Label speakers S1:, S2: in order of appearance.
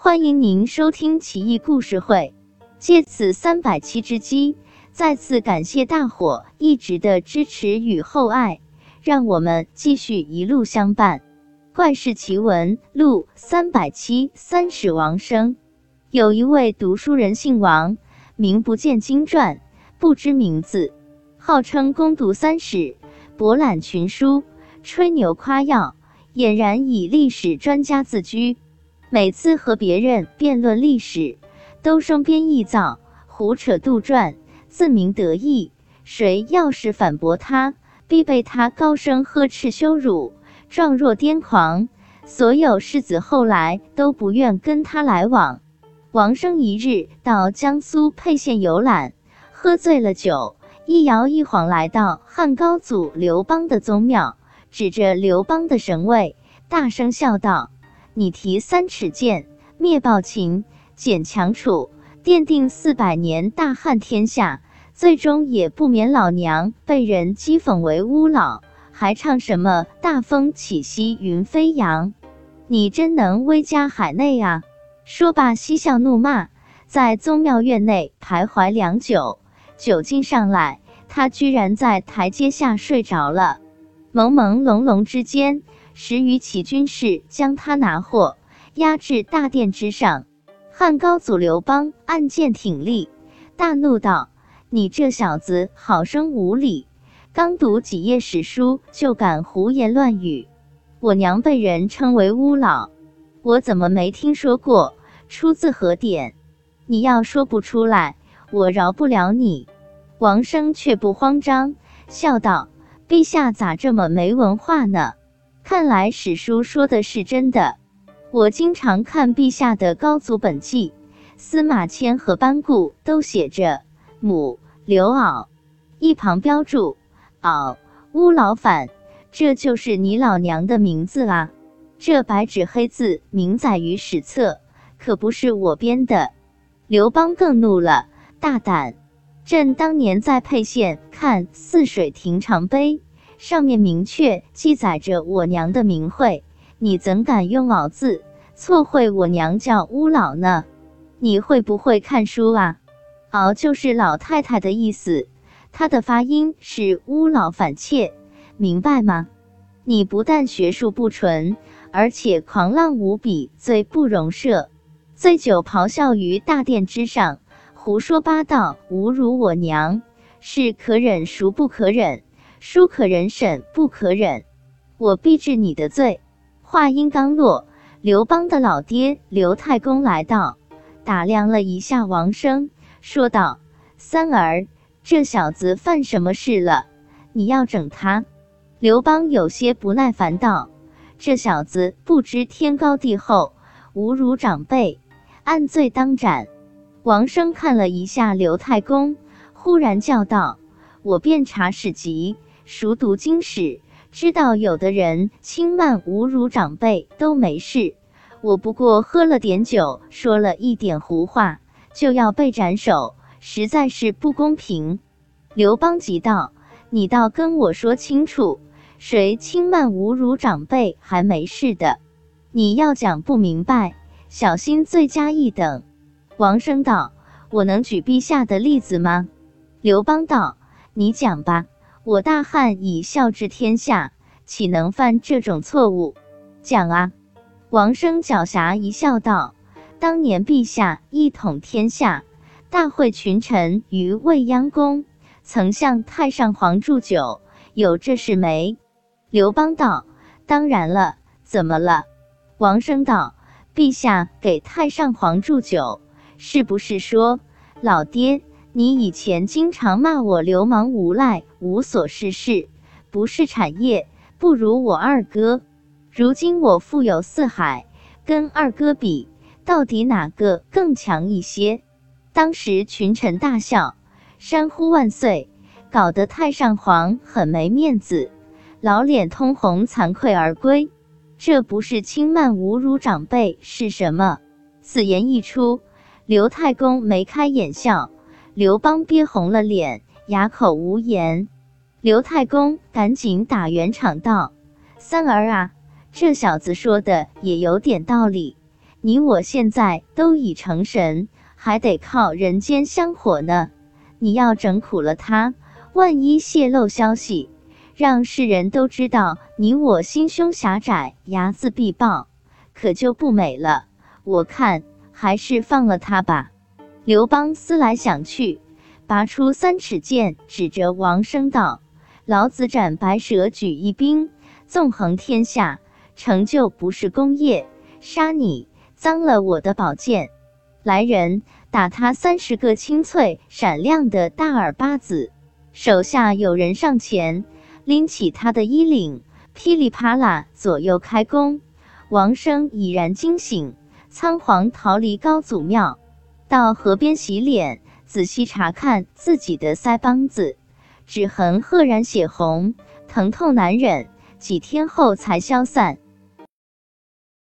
S1: 欢迎您收听奇异故事会。借此300期之机，再次感谢大伙一直的支持与厚爱，让我们继续一路相伴。怪事奇闻录300期三史王生。有一位读书人姓王，名不见经传，不知名字，号称攻读三史，博览群书，吹牛夸耀，俨然以历史专家自居。每次和别人辩论历史，都生编臆造，胡扯杜撰，自鸣得意。谁要是反驳他，必被他高声呵斥羞辱，状若癫狂。所有士子后来都不愿跟他来往。王生一日到江苏沛县游览，喝醉了酒，一摇一晃来到汉高祖刘邦的宗庙，指着刘邦的神位，大声笑道：你提3尺剑，灭暴秦，减强楚，奠定400年大汉天下，最终也不免老娘被人讥讽为巫老，还唱什么大风起兮云飞扬，你真能威加海内啊！说罢嬉笑怒骂，在宗庙院内徘徊良久，酒劲上来，他居然在台阶下睡着了。朦朦胧胧之间，10余骑军士将他拿获，押至大殿之上。汉高祖刘邦按剑挺立，大怒道：你这小子好生无礼，刚读几页史书就敢胡言乱语，我娘被人称为巫老，我怎么没听说过？出自何典？你要说不出来，我饶不了你。王生却不慌张，笑道：陛下咋这么没文化呢？看来史书说的是真的。我经常看陛下的高祖本纪，司马迁和班固都写着母刘媪，一旁标注媪巫老反，这就是你老娘的名字啦。这白纸黑字明载于史册，可不是我编的。刘邦更怒了，大胆！朕当年在沛县看《泗水亭长碑》，上面明确记载着我娘的名讳，你怎敢用媪字错会我娘叫巫老呢？你会不会看书啊？媪就是老太太的意思，它的发音是巫老反切，明白吗？你不但学术不纯，而且狂浪无比，罪不容赦。醉酒咆哮于大殿之上，胡说八道，侮辱我娘，是可忍孰不可忍，孰可忍审不可忍，我必治你的罪。话音刚落，刘邦的老爹刘太公来到，打量了一下王生，说道：三儿，这小子犯什么事了？你要整他？刘邦有些不耐烦道：这小子不知天高地厚，侮辱长辈，按罪当斩。王生看了一下刘太公，忽然叫道：我遍察史籍，熟读经史，知道有的人轻慢侮辱长辈都没事，我不过喝了点酒，说了一点胡话，就要被斩首，实在是不公平。刘邦急道：你倒跟我说清楚，谁轻慢侮辱长辈还没事的？你要讲不明白，小心罪加一等。王生道：我能举陛下的例子吗？刘邦道：你讲吧，我大汉以孝治天下，岂能犯这种错误？讲啊。王生狡黠一笑道：当年陛下一统天下，大会群臣于未央宫，曾向太上皇祝酒，有这事没？刘邦道：当然了，怎么了？王生道：陛下给太上皇祝酒，是不是说，老爹，你以前经常骂我流氓无赖，无所事事，不是产业，不如我二哥。如今我富有四海，跟二哥比，到底哪个更强一些？当时群臣大笑，山呼万岁，搞得太上皇很没面子，老脸通红，惭愧而归。这不是轻慢侮辱长辈是什么？此言一出，刘太公眉开眼笑，刘邦憋红了脸，哑口无言。刘太公赶紧打圆场道：三儿啊，这小子说的也有点道理， 你我现在都已成神，还得靠人间香火呢。你要整苦了他，万一泄露消息，让世人都知道你我心胸狭窄，睚眦必报，可就不美了。我看还是放了他吧。刘邦思来想去，拔出3尺剑，指着王生道：老子斩白蛇举一兵，纵横天下，成就不是功业，杀你脏了我的宝剑。来人，打他30个青翠闪亮的大耳巴子。手下有人上前拎起他的衣领，噼里啪啦左右开弓。王生已然惊醒，仓皇逃离高祖庙，到河边洗脸，仔细查看自己的腮帮子，指痕赫然血红，疼痛难忍，几天后才消散。